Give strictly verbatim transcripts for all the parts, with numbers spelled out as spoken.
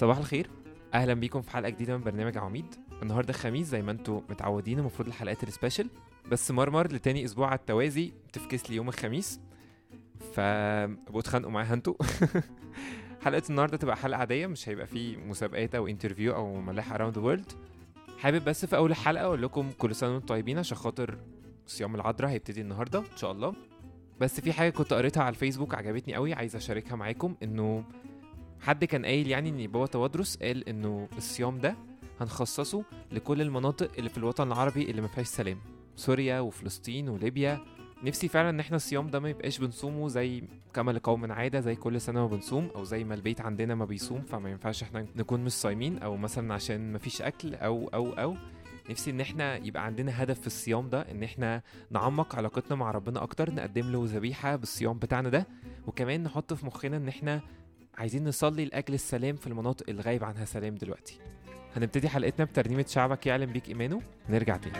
صباح الخير، اهلا بيكم في حلقه جديده من برنامج عواميد. النهارده خميس زي ما انتم متعودين، المفروض الحلقات السبيشال، بس مرمر لتاني اسبوع على التوازي بتفكس لي يوم الخميس، فابقوا اتخانقوا معاها انتوا. حلقه النهارده تبقى حلقه عاديه، مش هيبقى فيه مسابقات او انترفيو او ملاح اراوند ذا وورلد. حابب بس في اول الحلقه اقول لكم كل سنه وانتم طيبين، عشان خاطر صيام العذراء هيبتدي النهارده ان شاء الله. بس في حاجه كنت قريتها على الفيسبوك عجبتني قوي، عايز اشاركها معاكم. انه حد كان قايل يعني ان بابا توادرس قال انه الصيام ده هنخصصه لكل المناطق اللي في الوطن العربي اللي ما فيهاش سلام، سوريا وفلسطين وليبيا. نفسي فعلا ان احنا الصيام ده ما يبقاش بنصومه زي كما لقوم عاده، زي كل سنه ما بنصوم، او زي ما البيت عندنا ما بيصوم فما ينفعش احنا نكون مش صايمين، او مثلا عشان ما فيش اكل او او او نفسي ان احنا يبقى عندنا هدف في الصيام ده، ان احنا نعمق علاقتنا مع ربنا اكتر، نقدم له ذبيحه بالصيام بتاعنا ده، وكمان نحط في مخنا ان احنا عايزين نصلي لأجل السلام في المناطق اللي غايب عنها سلام دلوقتي. هنبتدي حلقتنا بترنيمة شعبك يعلم بيك إيمانه، نرجع تاني.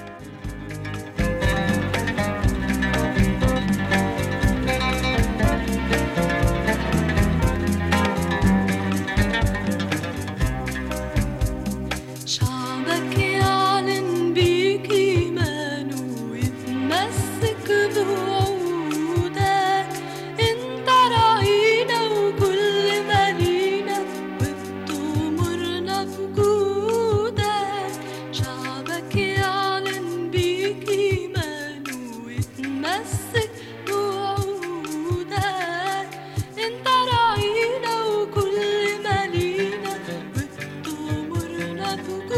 شعبك يعلن بيك إيمانه ويتمسك بوعودك، انت رأينا وكل مالينا وبتمرنا بجودك. شعبك يعلن بيك إيمانه ويتمسك بوعودك، انت رأينا وكل مالينا وبتمرنا بجودك.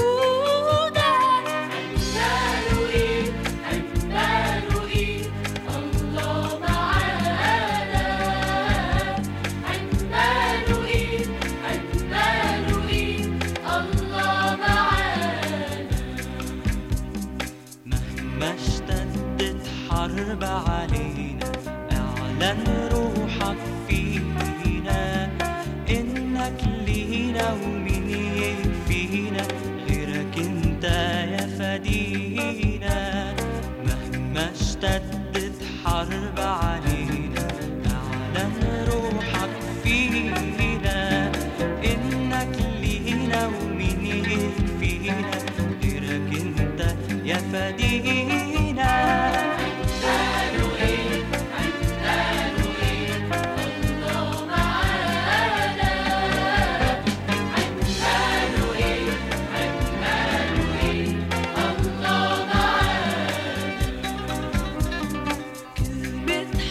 حرب علينا اعلن روحك فينا، انك لينا ومين يكفينا غيرك انت يا فدينا. مهما اشتدت حرب علينا اعلن روحك فينا، انك لينا ومين يكفينا غيرك انت يا فدينا. كلمة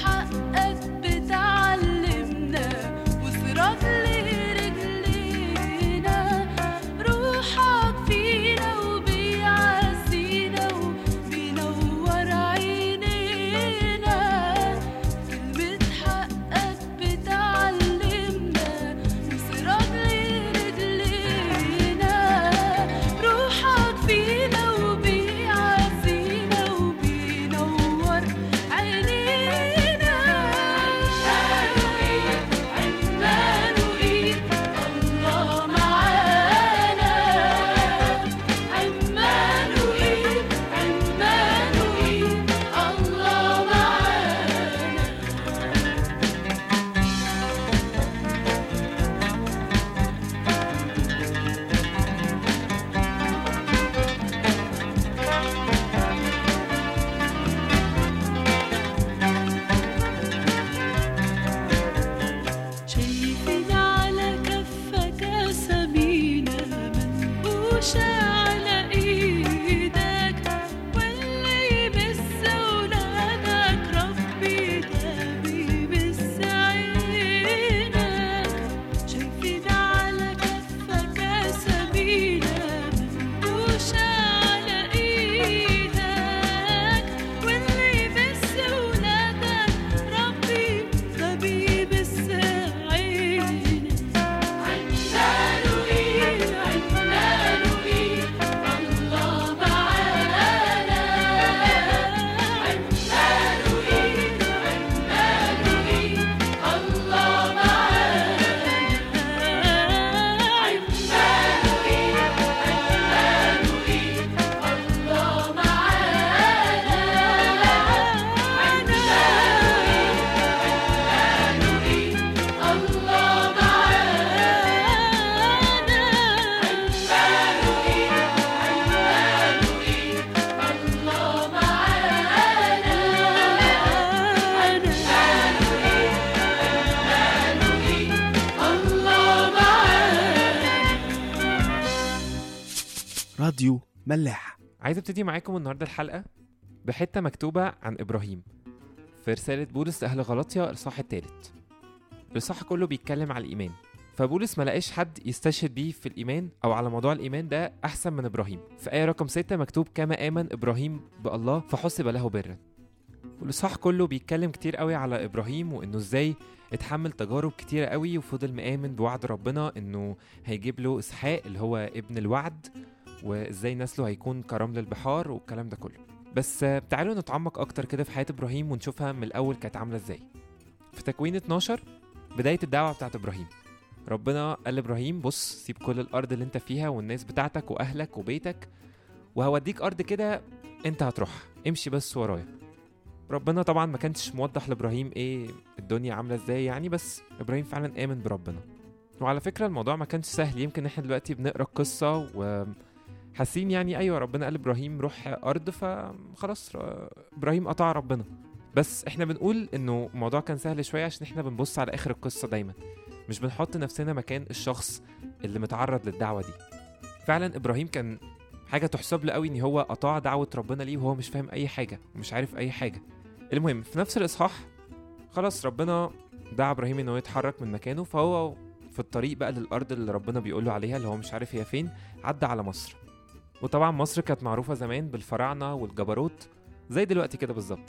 راديو ملاح. عايز ابتدي معاكم النهارده الحلقه بحته مكتوبه عن ابراهيم في رساله بولس لاهل غلاطيا الاصحاح الثالث. الاصحاح كله بيتكلم على الايمان، فبولس ما لقاش حد يستشهد بيه في الايمان او على موضوع الايمان ده احسن من ابراهيم. في ايه رقم ستة مكتوب كما امن ابراهيم بالله فحسب له برا. والاصحاح كله بيتكلم كتير قوي على ابراهيم وانه ازاي اتحمل تجارب كتيره قوي وفضل مآمن بوعد ربنا انه هيجيب له اسحاق اللي هو ابن الوعد، وازاي نسله هيكون كرمل البحار والكلام ده كله. بس تعالوا نتعمق اكتر كده في حياه ابراهيم ونشوفها من الاول كانت عامله ازاي. في تكوين اتناشر بدايه الدعوه بتاعت ابراهيم، ربنا قال لابراهيم بص سيب كل الارض اللي انت فيها والناس بتاعتك واهلك وبيتك، وهوديك ارض كده انت هتروحها، امشي بس ورايا. ربنا طبعا ما كانش موضح لابراهيم ايه الدنيا عامله ازاي يعني، بس ابراهيم فعلا امن بربنا. وعلى فكره الموضوع ما كانش سهل، يمكن احنا دلوقتي بنقرا القصه وحاسين يعني ايوه ربنا قال ابراهيم روح ارض فخلاص ابراهيم قطع ربنا، بس احنا بنقول انه الموضوع كان سهل شويه عشان احنا بنبص على اخر القصه دايما، مش بنحط نفسنا مكان الشخص اللي متعرض للدعوه دي. فعلا ابراهيم كان حاجه تحسب له قوي ان هو قطع دعوه ربنا ليه وهو مش فاهم اي حاجه ومش عارف اي حاجه. المهم في نفس الاصحاح خلاص ربنا دعا ابراهيم انه يتحرك من مكانه، فهو في الطريق بقى للارض اللي ربنا بيقول له عليها اللي هو مش عارف هي فين، عدى على مصر. وطبعا مصر كانت معروفه زمان بالفراعنه والجبروت زي دلوقتي كده بالظبط.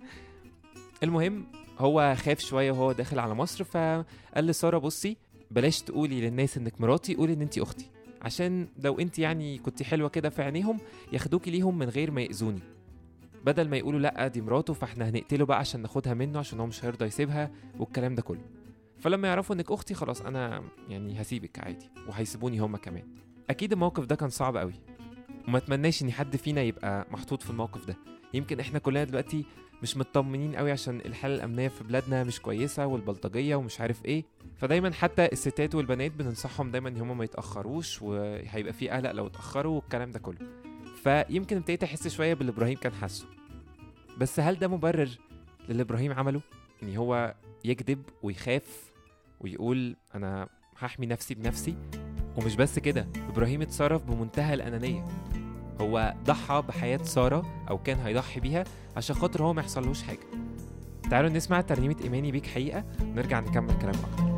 المهم هو خاف شويه وهو داخل على مصر، فقال لساره بصي بلاش تقولي للناس انك مراتي، قولي ان انتي اختي، عشان لو انتي يعني كنتي حلوه كده في عينيهم ياخدوكي ليهم من غير ما يأذوني، بدل ما يقولوا لا دي مراته فاحنا هنقتله بقى عشان ناخدها منه عشان هو مش هيرضى يسيبها والكلام ده كله. فلما يعرفوا انك اختي خلاص انا يعني هسيبك عادي وهيسيبوني هما كمان. اكيد الموقف ده كان صعب قوي وما اتمناش ان حد فينا يبقى محطوط في الموقف ده. يمكن احنا كلنا دلوقتي مش مطمنين قوي عشان الحاله الامنيه في بلادنا مش كويسه والبلطجيه ومش عارف ايه، فدايما حتى الستات والبنات بننصحهم دايما ان هم ما يتاخروش وهيبقى في قلق لو اتاخروا والكلام ده كله. فيمكن ابتديت احس شويه باللي ابراهيم كان حاسه، بس هل ده مبرر للي ابراهيم عمله ان هو يكذب ويخاف ويقول انا هحمي نفسي بنفسي؟ ومش بس كده، ابراهيم اتصرف بمنتهى الانانيه، هو ضحى بحياه ساره او كان هيضحي بيها عشان خاطر هو ما يحصلوش حاجه. تعالوا نسمع ترنيمه ايماني بيك حقيقه ونرجع نكمل كلام اكتر.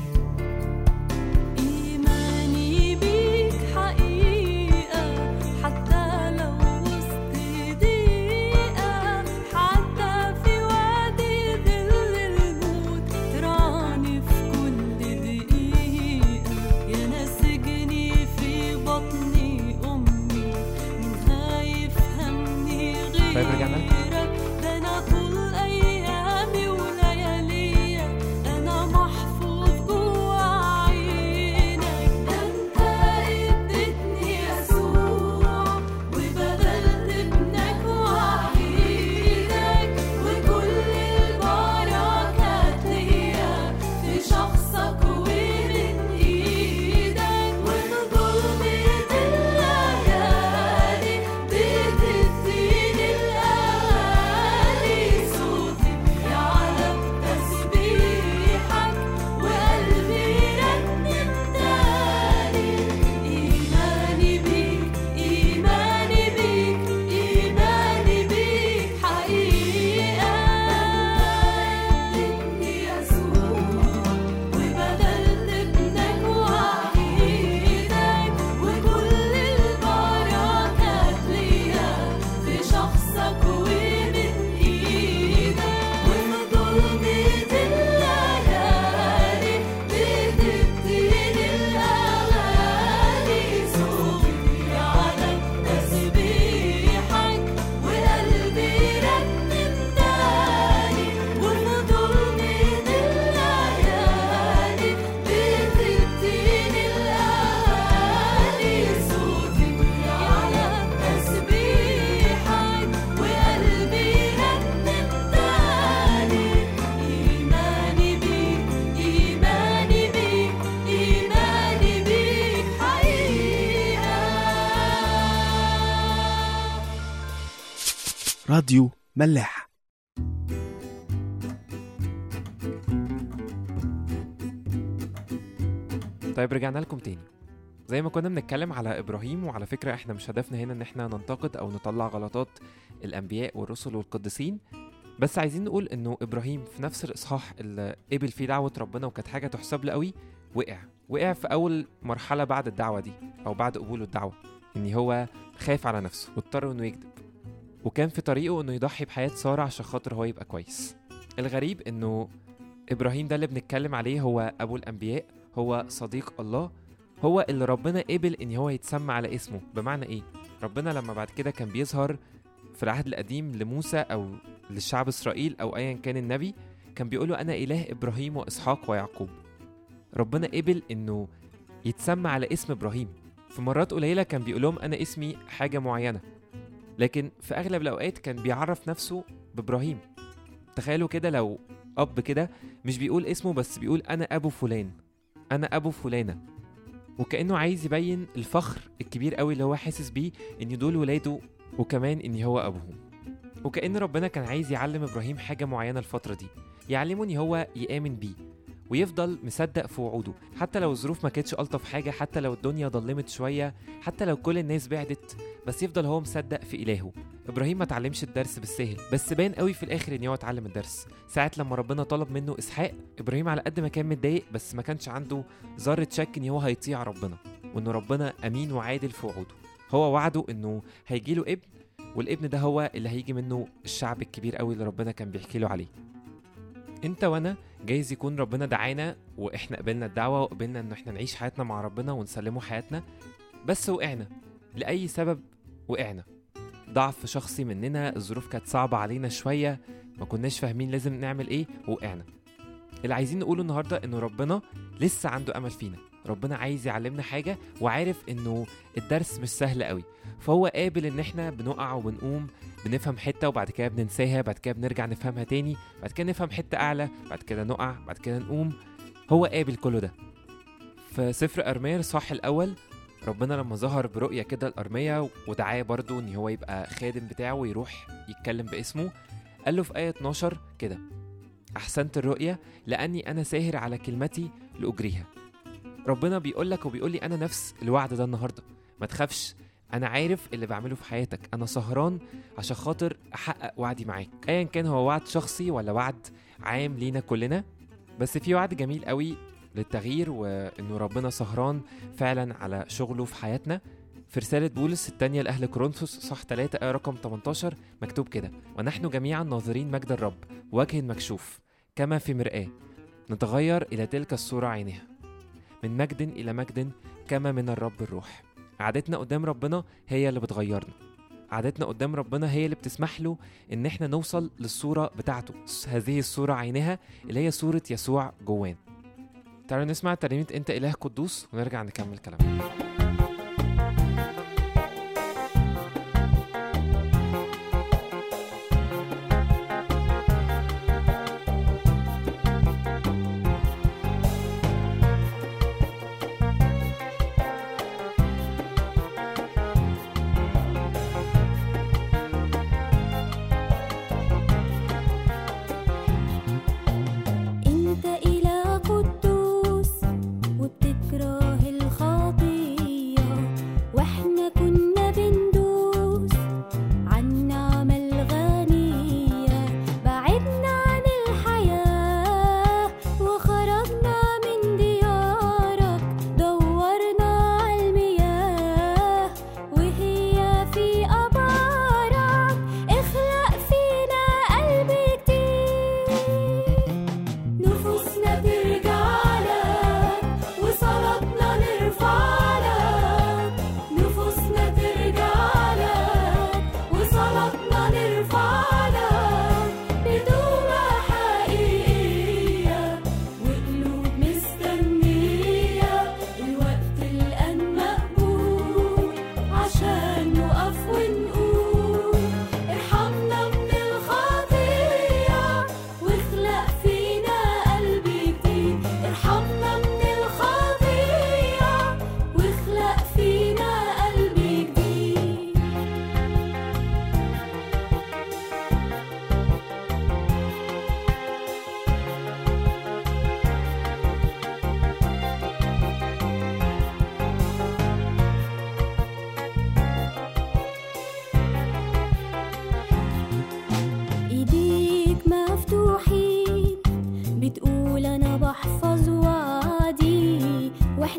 إيماني بيك حقيقة حتى لو وسط ضيقة، حتى في وادي ظل الموت تراني في كل دقيقة، يا ناسجني في بطني أمي من خايف همني غيرك. طيب رجعنا لكم. ده أنا طول أيامي ولياليا أنا محفوظ جوا عينك، ده أنت اديتني يسوع وبدلت ابنك وحيدك، وكل البركات ليا في شخصك ومن إيدك، ومن ظلمة الليالي بتديني الأغاني، صوتي بيعلى بتسبيحك وقلبي يرنم تاني. إيماني بيك إيماني بيك إيماني بيك حقيقة، اديتني يسوع وبدلت ابنك وحيدك، وكل البركات ليا في شخصك ومن إيدك، ومن ظلمة الليالي بتديني الأغاني، صوتي بيعلى بتسبيحك وقلبي يرنم تاني، ومن ظلمة الليالي بتديني الأغاني، صوتي بيعلى بتسبيحك وقلبي يرنم تاني. إيماني بيك إيماني بيك إيماني بيك حقيقة. راديو ملاح. طيب رجعنا لكم تاني. زي ما كنا بنتكلم على إبراهيم، وعلى فكرة احنا مش هدفنا هنا ان احنا ننتقد او نطلع غلطات الأنبياء والرسل والقديسين، بس عايزين نقول انه إبراهيم في نفس الإصحاح اللي قبل فيه دعوة ربنا وكانت حاجة تحسب له قوي، وقع وقع في أول مرحلة بعد الدعوة دي أو بعد قبوله الدعوة، إن هو خاف على نفسه واضطر إنه يكذب، وكان في طريقه إنه يضحي بحياة سارة عشان خاطر هو يبقى كويس. الغريب إنه إبراهيم ده اللي بنتكلم عليه هو أبو الأنبياء، هو صديق الله، هو اللي ربنا قبل إن هو يتسمى على اسمه. بمعنى إيه؟ ربنا لما بعد كده كان بيظهر في العهد القديم لموسى أو للشعب إسرائيل أو أيا كان النبي، كان بيقوله أنا إله إبراهيم وإسحاق ويعقوب. ربنا قبل إنه يتسمى على اسم إبراهيم. في مرات قليلة كان بيقولهم أنا اسمي حاجة معينة، لكن في أغلب الأوقات كان بيعرف نفسه بإبراهيم. تخيلوا كده لو أب كده مش بيقول اسمه بس بيقول أنا أبو فلان، أنا أبو فلانة، وكأنه عايز يبين الفخر الكبير قوي اللي هو حاسس بيه إن دول ولاده وكمان إن هو أبوهم. وكأن ربنا كان عايز يعلم إبراهيم حاجة معينة الفترة دي، يعلمه إن هو يآمن بيه ويفضل مصدق في وعوده، حتى لو الظروف ما كانتش ألطف حاجة، حتى لو الدنيا ضلمت شوية، حتى لو كل الناس بعدت، بس يفضل هو مصدق في إلهه. إبراهيم ما تعلمش الدرس بالسهل، بس بان قوي في الآخر إن هو اتعلم الدرس. ساعة لما ربنا طلب منه إسحاق، إبراهيم على قد ما كان متضايق بس ما كانش عنده ذرة شك إن هو هيطيع ربنا، وإنه ربنا أمين وعادل في وعوده. هو وعده إنه هيجيله ابن، والابن ده هو اللي هيجي منه الشعب الكبير قوي اللي ربنا كان بيحكي له عليه. انت وانا جايز يكون ربنا دعانا واحنا قبلنا الدعوة وقبلنا انه احنا نعيش حياتنا مع ربنا ونسلمه حياتنا، بس وقعنا لأي سبب. وقعنا ضعف شخصي مننا، الظروف كانت صعبة علينا شوية، ما كناش فاهمين لازم نعمل ايه، وقعنا. اللي عايزين نقوله النهاردة انه ربنا لسه عنده امل فينا، ربنا عايز يعلمنا حاجة وعارف انه الدرس مش سهل قوي، فهو قابل ان احنا بنقع وبنقوم، بنفهم حتة وبعد كده بننساها، بعد كده بنرجع نفهمها تاني، بعد كده نفهم حتة اعلى، بعد كده نقع، بعد كده نقوم. هو قابل كله ده. في سفر أرميا الصح الاول، ربنا لما ظهر برؤية كده لأرميا ودعاه برضو ان هو يبقى خادم بتاعه ويروح يتكلم باسمه، قال له في آية اتناشر كده: أحسنت الرؤية لأني أنا ساهر على كلمتي لأجريها. ربنا بيقولك وبيقولي أنا نفس الوعد ده النهاردة، ما تخافش، أنا عارف اللي بعمله في حياتك، أنا سهران عشان خاطر أحقق وعدي معاك، أيا كان هو وعد شخصي ولا وعد عام لينا كلنا، بس في وعد جميل قوي للتغيير، وإنه ربنا سهران فعلا على شغله في حياتنا. في رسالة بولس الثانية لأهل كورنثوس صح ثلاثة آية رقم تمنتاشر مكتوب كده: ونحن جميعا ناظرين مجد الرب وجه مكشوف كما في مرآة، نتغير إلى تلك الصورة عينها، من مجد إلى مجد كما من الرب الروح. قعدتنا قدام ربنا هي اللي بتغيرنا، قعدتنا قدام ربنا هي اللي بتسمح له إن احنا نوصل للصورة بتاعته، هذه الصورة عينها اللي هي صورة يسوع جوان. تعالوا نسمع ترنيمة أنت إله قدوس ونرجع نكمل كلامنا. انت إله قدوس وبتكره الخطية،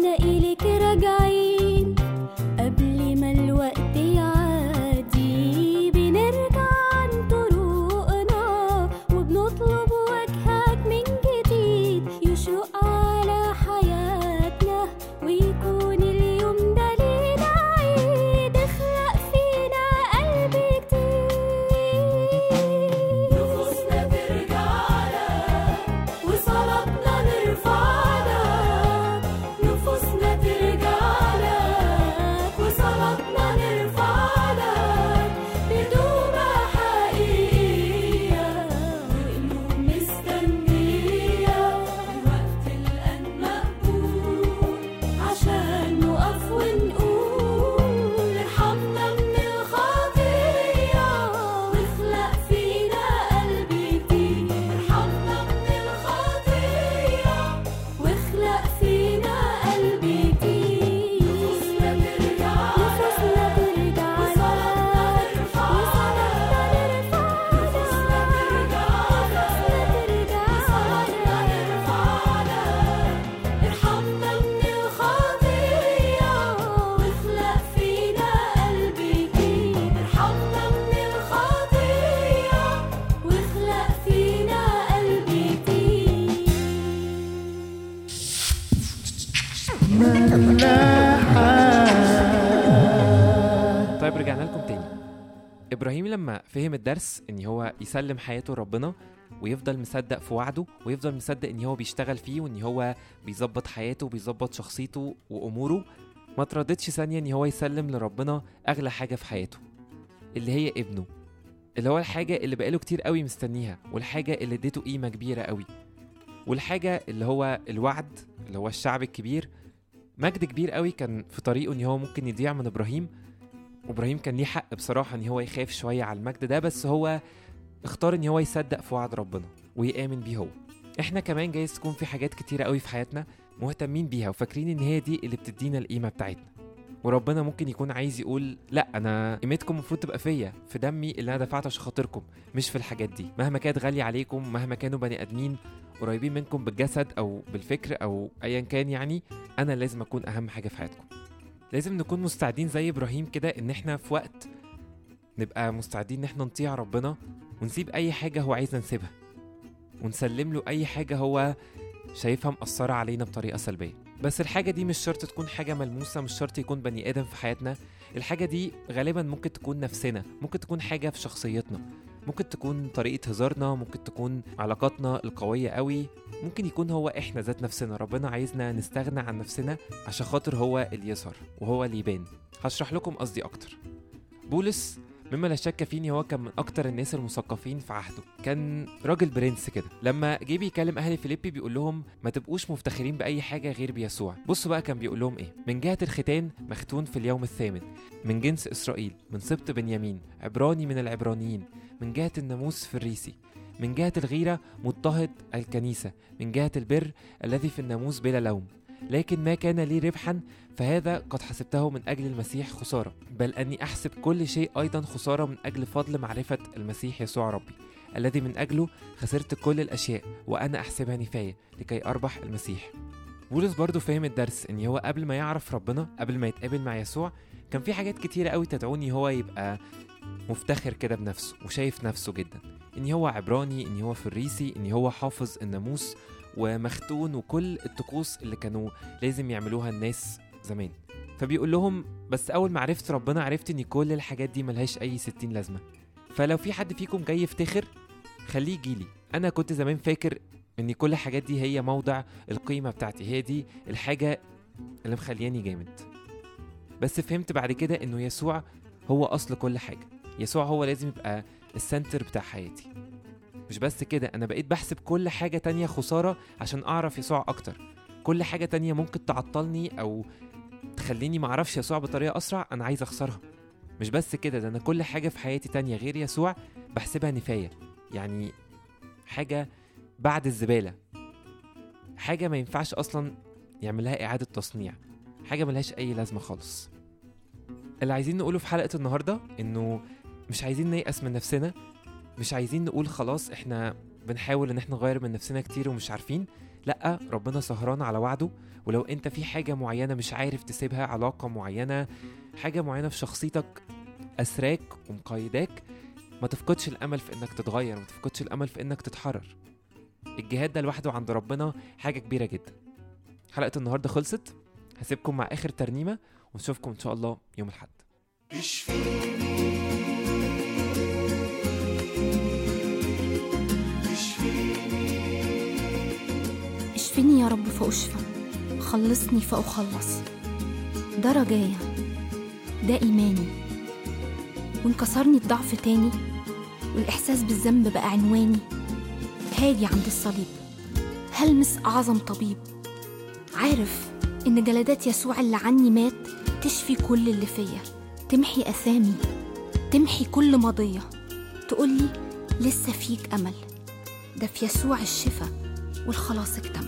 واحنا إليك راجعين قبل ما الوقت يعدي، بنرجع عن طرقنا وبنطلب وجهك من جديد، يشق على حياتنا ويكون اليوم ده لينا عيد. اخلق فينا قلب جديد، نفوسنا ترجع لك وصلاتنا نرفع لك، نفوسنا ترجع لك وصلاتنا نرفع لك، بدوبة حقيقية وقلوب مستنية الوقت الآن مقبول عشان نقف ونقول ارحمنا من الخطية واخلق فينا قلب جديد، ارحمنا من الخطية واخلق فينا قلب جديد. نفوسنا ترجع نفوسنا ترجع وصلاتنا نرفع نفوسنا ترجع نفوسنا ترجع وصلاتنا نرفع ارحمنا من الخطية واخلق فينا قلب جديد، ارحمنا من الخطية واخلق فينا قلب جديد. طيب رجعنا لكم تاني. ابراهيم لما فهم الدرس ان هو يسلم حياته لربنا ويفضل مصدق في وعده ويفضل مصدق ان هو بيشتغل فيه وان هو بيظبط حياته وبيظبط شخصيته واموره، ما ترددش ثانية ان هو يسلم لربنا اغلى حاجة في حياته، اللي هي ابنه، اللي هو الحاجة اللي بقاله كتير قوي مستنيها، والحاجة اللي اديته قيمة كبيرة قوي، والحاجة اللي هو الوعد اللي هو الشعب الكبير. مجد كبير قوي كان في طريقه ان هو ممكن يضيع من ابراهيم، وابراهيم كان ليه حق بصراحة ان هو يخاف شوية على المجد ده، بس هو اختار ان هو يصدق في وعد ربنا ويآمن بيه هو. احنا كمان جايز تكون في حاجات كتيرة قوي في حياتنا مهتمين بيها وفاكرين ان هي دي اللي بتدينا القيمة بتاعتنا، وربنا ممكن يكون عايز يقول لا، انا قيمتكم المفروض تبقى فيا، في دمي اللي انا دفعته عشان خاطركم، مش في الحاجات دي، مهما كانت غالية عليكم، مهما كانوا بني ادمين قريبين منكم بالجسد او بالفكر او ايا كان، يعني انا لازم اكون اهم حاجة في حياتكم. لازم نكون مستعدين زي ابراهيم كده ان احنا في وقت نبقى مستعدين ان احنا نطيع ربنا ونسيب اي حاجة هو عايزنا نسيبها، ونسلم له اي حاجة هو شايفها مأثرة علينا بطريقة سلبية. بس الحاجة دي مش شرط تكون حاجة ملموسة، مش شرط يكون بني آدم في حياتنا. الحاجة دي غالبا ممكن تكون نفسنا، ممكن تكون حاجة في شخصيتنا، ممكن تكون طريقة هزارنا، ممكن تكون علاقاتنا القوية قوي، ممكن يكون هو احنا ذات نفسنا. ربنا عايزنا نستغنى عن نفسنا عشان خاطر هو اللي يظهر وهو اللي يبان. هشرح لكم قصدي اكتر. بولس مما لا شك فيه ان هو كان من اكتر الناس المثقفين في عهده، كان راجل برنس كده. لما جه بيكلم اهل فيليبي بيقول لهم ما تبقوش مفتخرين باي حاجه غير بيسوع. بصوا بقى كان بيقول لهم ايه: من جهه الختان مختون في اليوم الثامن، من جنس اسرائيل، من سبط بنيامين، عبراني من العبرانيين، من جهه الناموس فريسي، من جهه الغيره مضطهد الكنيسه، من جهه البر الذي في الناموس بلا لوم. لكن ما كان لي ربحا فهذا قد حسبته من أجل المسيح خسارة، بل أني أحسب كل شيء أيضا خسارة من أجل فضل معرفة المسيح يسوع ربي، الذي من أجله خسرت كل الأشياء وأنا أحسبها نفاية لكي أربح المسيح. بولس برضو فهم الدرس إن هو قبل ما يعرف ربنا، قبل ما يتقابل مع يسوع، كان في حاجات كتيرة قوي تدعوني هو يبقى مفتخر كده بنفسه وشايف نفسه جدا، إن هو عبراني، إن هو فريسي، إن هو حافظ الناموس ومختون وكل الطقوس اللي كانوا لازم يعملوها الناس زمان. فبيقول لهم بس أول ما عرفت ربنا عرفت إن كل الحاجات دي ملهاش أي ستين لازمة. فلو في حد فيكم جاي يفتخر خليه يجيلي. أنا كنت زمان فاكر إن كل الحاجات دي هي موضع القيمة بتاعتي، هي دي الحاجة اللي مخلياني جامد. بس فهمت بعد كده إنه يسوع هو أصل كل حاجة. يسوع هو لازم يبقى السنتر بتاع حياتي. مش بس كده، أنا بقيت بحسب كل حاجة تانية خسارة عشان أعرف يسوع أكتر. كل حاجة تانية ممكن تعطلني أو تخليني معرفش يسوع بطريقة أسرع أنا عايز أخسرها. مش بس كده، ده أنا كل حاجة في حياتي تانية غير يسوع بحسبها نفاية، يعني حاجة بعد الزبالة، حاجة ما ينفعش أصلا يعملها إعادة تصنيع، حاجة ملهاش أي لازمة خالص. اللي عايزين نقوله في حلقة النهاردة إنه مش عايزين نيأس من نفسنا، مش عايزين نقول خلاص إحنا بنحاول إن إحنا نغير من نفسنا كتير ومش عارفين. لأ، ربنا سهران على وعده. ولو انت في حاجة معينة مش عارف تسيبها، علاقة معينة، حاجة معينة في شخصيتك أسراك ومقيداك، ما تفقدش الأمل في انك تتغير، ما تفقدش الأمل في انك تتحرر. الجهاد ده لوحده عند ربنا حاجة كبيرة جدا. حلقة النهاردة خلصت، هسيبكم مع آخر ترنيمة ونشوفكم إن شاء الله يوم الأحد. اشفيني يا رب فأشفى، خلصني فأخلص. ده رجايا، ده إيماني، وانكسرني الضعف تاني والإحساس بالذنب بقى عنواني. هاجي عند الصليب هلمس أعظم طبيب، عارف إن جلدات يسوع اللي عني مات تشفي كل اللي فيا، تمحي أثامي، تمحي كل ماضية، تقولي لسه فيك أمل. ده في يسوع الشفا والخلاص اكتمل.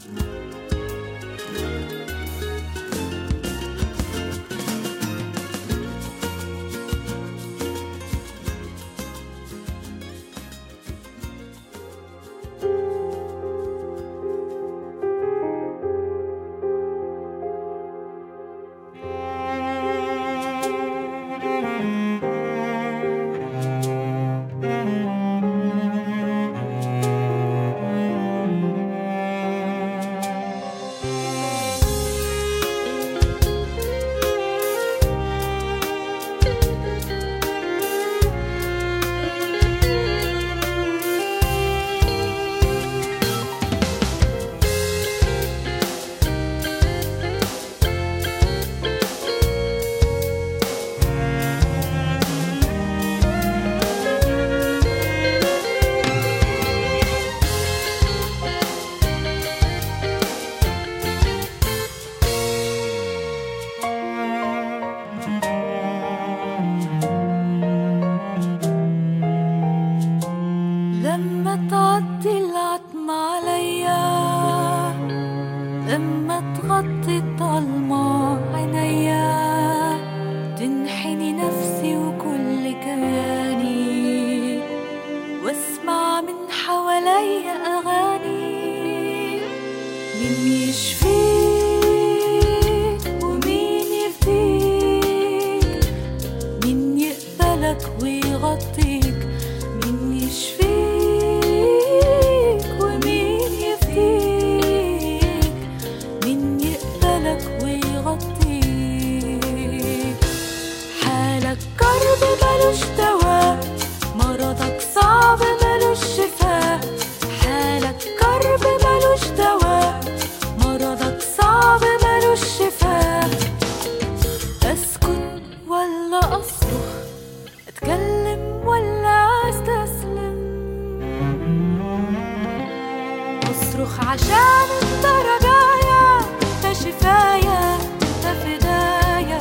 عشان انت رجايا، انت شفايا، انت فدايا.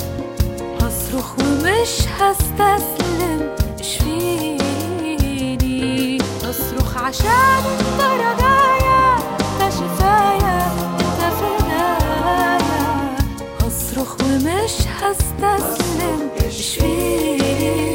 هصرخ ومش هستسلم، اشفيني. هصرخ عشان انت رجايا، انت شفايا، انت فدايا. هصرخ ومش هستسلم، اشفيني.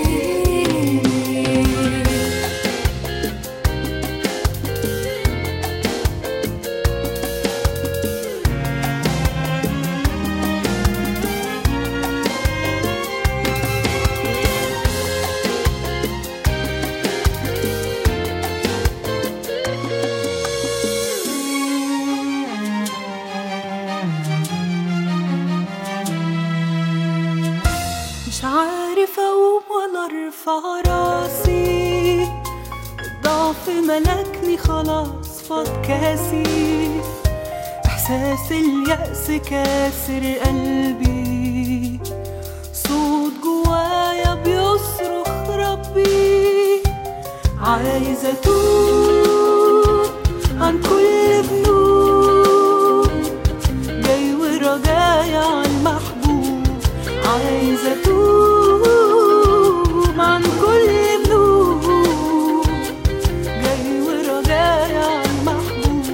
راسي الضعف ملكني، خلاص فاض كاسي. احساس اليأس كاسر قلبي، صوت جوايا بيصرخ ربي. عايزة اتوب عن كل ذنوب، جاي ورجايا عن محبوب. عايزة اتوب عن كل ذنوب، جاي ورجايا عن محبوب.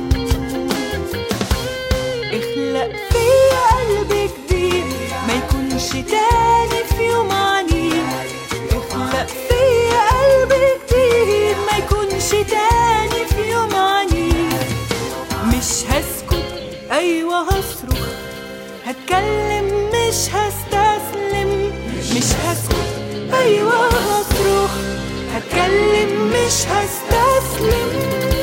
اخلق فيا قلب جديد، ما يكونش تاني في يوم عنيد. اخلق فيا قلب جديد، ما يكونش تاني أيوة هصرخ، هتكلم مش هستسلم،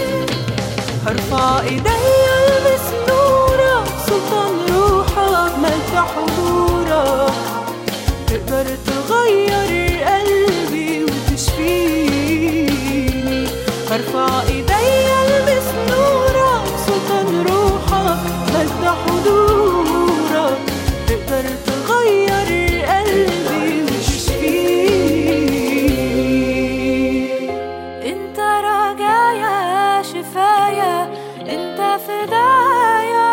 هرفع ايديا البس نورك، سلطان روحك ملك حضورك، تقدر تغير قلبي وتشفيني. هرفع ايديا البس نورك، سلطان روحك ملك حضورك، تقدر تغير قلبي وتشفيني. انت رجايا شفايا، انت فدايا،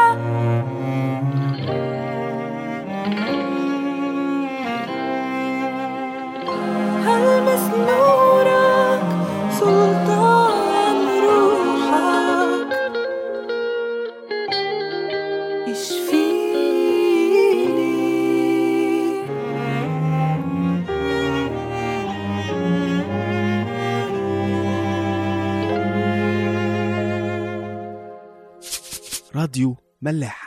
هلبس نورك، سلطان روحك يشفيني. راديو ملاح.